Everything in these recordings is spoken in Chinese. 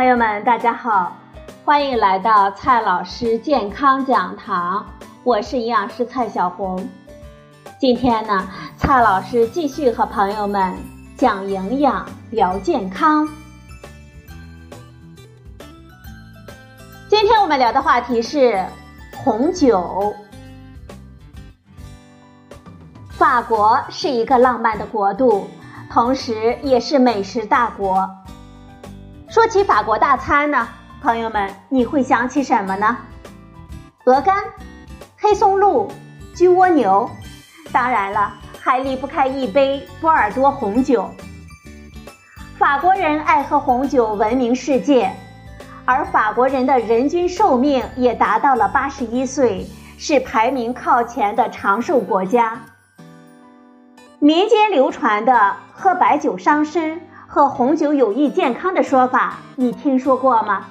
朋友们，大家好，欢迎来到蔡老师健康讲堂，我是营养师蔡小红。今天呢，蔡老师继续和朋友们讲营养聊健康。今天我们聊的话题是红酒。法国是一个浪漫的国度，同时也是美食大国。说起法国大餐呢，朋友们，你会想起什么呢？鹅肝、黑松露、焗蜗牛，当然了，还离不开一杯波尔多红酒。法国人爱喝红酒闻名世界，而法国人的人均寿命也达到了81岁，是排名靠前的长寿国家。民间流传的喝白酒伤身，喝红酒有益健康的说法，你听说过吗？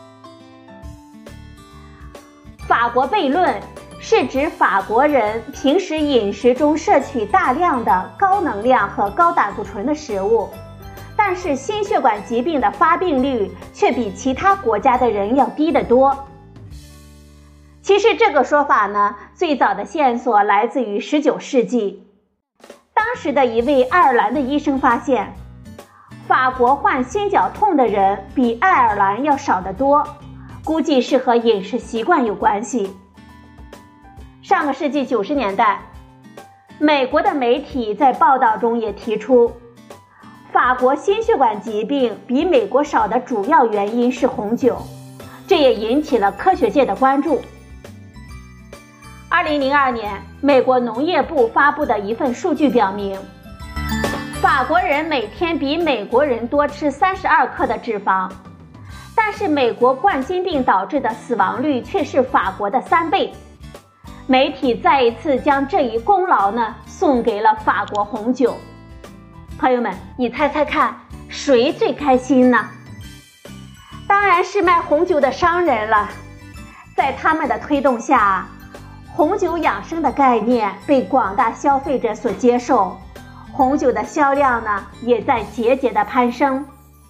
法国悖论是指法国人平时饮食中摄取大量的高能量和高胆固醇的食物，但是心血管疾病的发病率却比其他国家的人要低得多。其实这个说法呢，最早的线索来自于19世纪。当时的一位爱尔兰的医生发现，法国患心绞痛的人比爱尔兰要少得多，估计是和饮食习惯有关系。上个世纪90年代，美国的媒体在报道中也提出，法国心血管疾病比美国少的主要原因是红酒，这也引起了科学界的关注。2002年，美国农业部发布的一份数据表明，法国人每天比美国人多吃32克的脂肪，但是美国冠心病导致的死亡率却是法国的3倍。媒体再一次将这一功劳呢送给了法国红酒。朋友们，你猜猜看，谁最开心呢？当然是卖红酒的商人了。在他们的推动下，红酒养生的概念被广大消费者所接受，红酒的销量呢也在节节的攀升。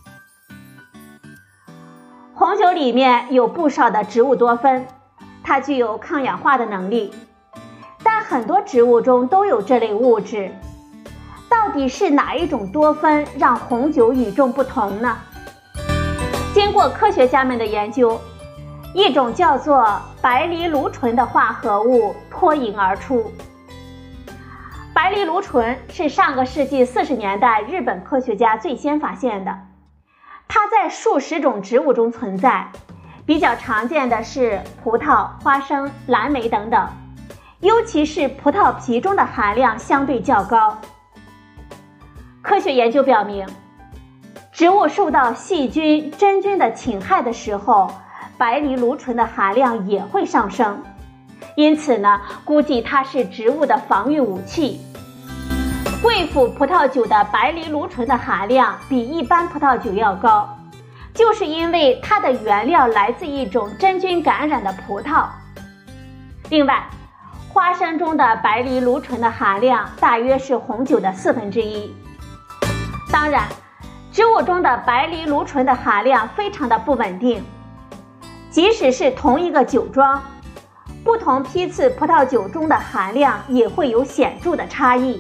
红酒里面有不少的植物多酚，它具有抗氧化的能力，但很多植物中都有这类物质。到底是哪一种多酚让红酒与众不同呢？经过科学家们的研究，一种叫做白藜芦醇的化合物脱颖而出。白藜芦醇是上个世纪40年代日本科学家最先发现的，它在数十种植物中存在，比较常见的是葡萄、花生、蓝莓等等，尤其是葡萄皮中的含量相对较高。科学研究表明，植物受到细菌、真菌的侵害的时候，白藜芦醇的含量也会上升，因此呢，估计它是植物的防御武器。贵腐葡萄酒的白藜芦醇的含量比一般葡萄酒要高，就是因为它的原料来自一种真菌感染的葡萄。另外，花生中的白藜芦醇的含量大约是红酒的1/4。当然，植物中的白藜芦醇的含量非常的不稳定，即使是同一个酒庄，不同批次葡萄酒中的含量也会有显著的差异。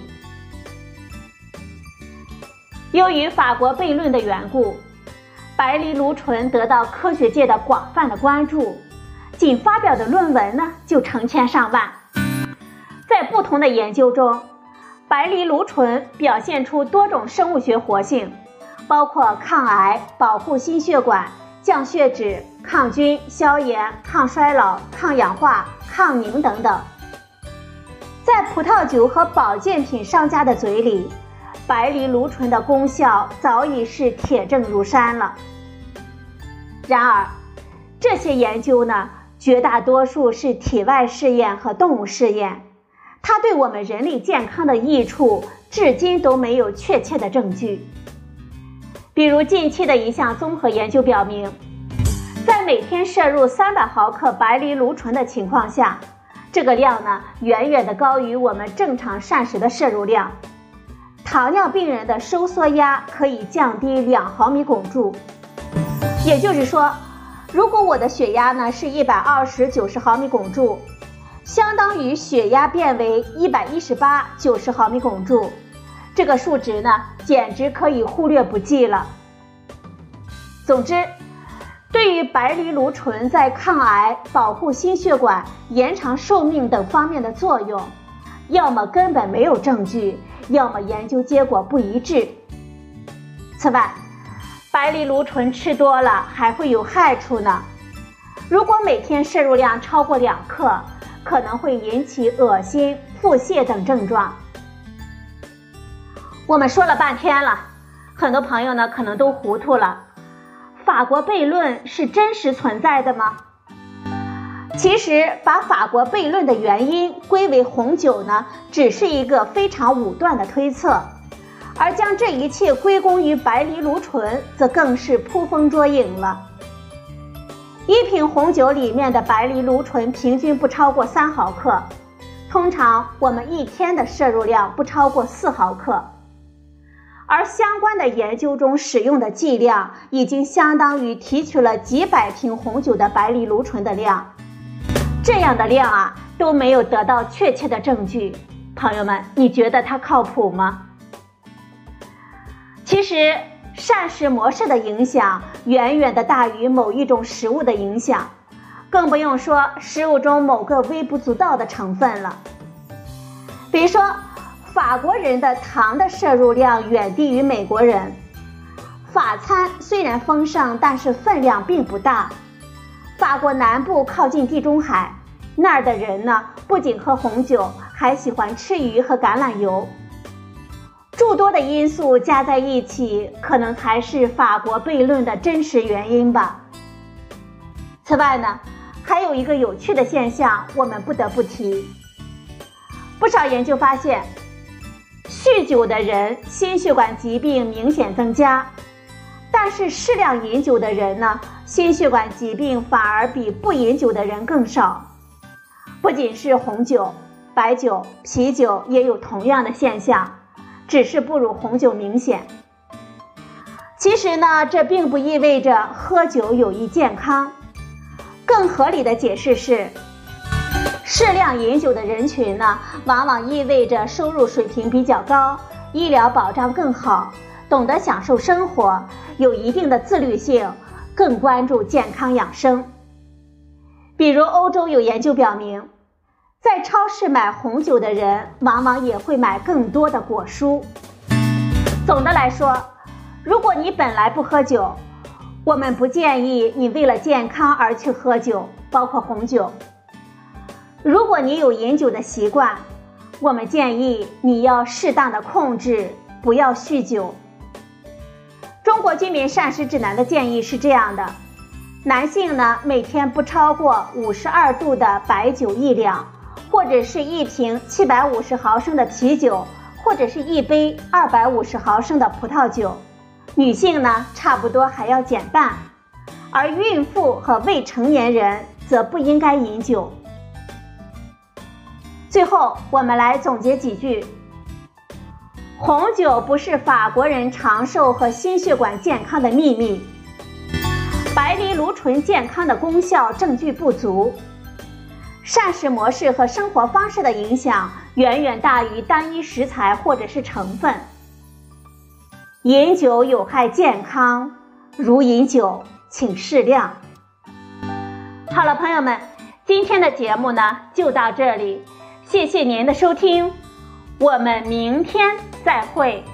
由于法国悖论的缘故，白藜芦醇得到科学界的广泛的关注，仅发表的论文呢就成千上万。在不同的研究中，白藜芦醇表现出多种生物学活性，包括抗癌、保护心血管、降血脂、抗菌、消炎、抗衰老、抗氧化、抗凝等等。在葡萄酒和保健品商家的嘴里，白藜芦醇的功效早已是铁证如山了。然而，这些研究呢，绝大多数是体外试验和动物试验，它对我们人类健康的益处至今都没有确切的证据。比如近期的一项综合研究表明，在每天摄入300毫克白藜芦醇的情况下，这个量呢远远的高于我们正常膳食的摄入量。糖尿病人的收缩压可以降低2毫米汞柱。 也就是说，如果我的血压呢是120/90毫米汞柱，相当于血压变为118/90毫米汞柱，这个数值呢简直可以忽略不计了。总之，对于白藜芦醇在抗癌、保护心血管、延长寿命等方面的作用，要么根本没有证据，要么研究结果不一致。此外，白藜芦醇吃多了还会有害处呢。如果每天摄入量超过2克，可能会引起恶心、腹泻等症状。我们说了半天了，很多朋友呢可能都糊涂了。法国悖论是真实存在的吗？其实把法国悖论的原因归为红酒呢，只是一个非常武断的推测，而将这一切归功于白藜芦醇，则更是捕风捉影了。一瓶红酒里面的白藜芦醇平均不超过3毫克，通常我们一天的摄入量不超过4毫克。而相关的研究中使用的剂量已经相当于提取了几百瓶红酒的白藜芦醇的量，这样的量啊都没有得到确切的证据。朋友们，你觉得它靠谱吗？其实膳食模式的影响远远的大于某一种食物的影响，更不用说食物中某个微不足道的成分了。比如说，法国人的糖的摄入量远低于美国人。法餐虽然丰盛，但是分量并不大。法国南部靠近地中海，那儿的人呢，不仅喝红酒，还喜欢吃鱼和橄榄油。诸多的因素加在一起，可能才是法国悖论的真实原因吧。此外呢，还有一个有趣的现象，我们不得不提。不少研究发现，酗酒的人心血管疾病明显增加，但是适量饮酒的人呢，心血管疾病反而比不饮酒的人更少。不仅是红酒、白酒、啤酒也有同样的现象，只是不如红酒明显。其实呢，这并不意味着喝酒有益健康，更合理的解释是，适量饮酒的人群呢，往往意味着收入水平比较高，医疗保障更好，懂得享受生活，有一定的自律性，更关注健康养生。比如欧洲有研究表明，在超市买红酒的人往往也会买更多的果蔬。总的来说，如果你本来不喝酒，我们不建议你为了健康而去喝酒，包括红酒。如果你有饮酒的习惯，我们建议你要适当的控制，不要酗酒。中国居民膳食指南的建议是这样的：男性呢，每天不超过52度的白酒1两，或者是一瓶750毫升的啤酒，或者是一杯250毫升的葡萄酒。女性呢，差不多还要减半，而孕妇和未成年人则不应该饮酒。最后，我们来总结几句。红酒不是法国人长寿和心血管健康的秘密。白藜芦醇健康的功效证据不足。膳食模式和生活方式的影响远远大于单一食材或者是成分。饮酒有害健康，如饮酒请适量。好了，朋友们，今天的节目呢就到这里，谢谢您的收听，我们明天再会。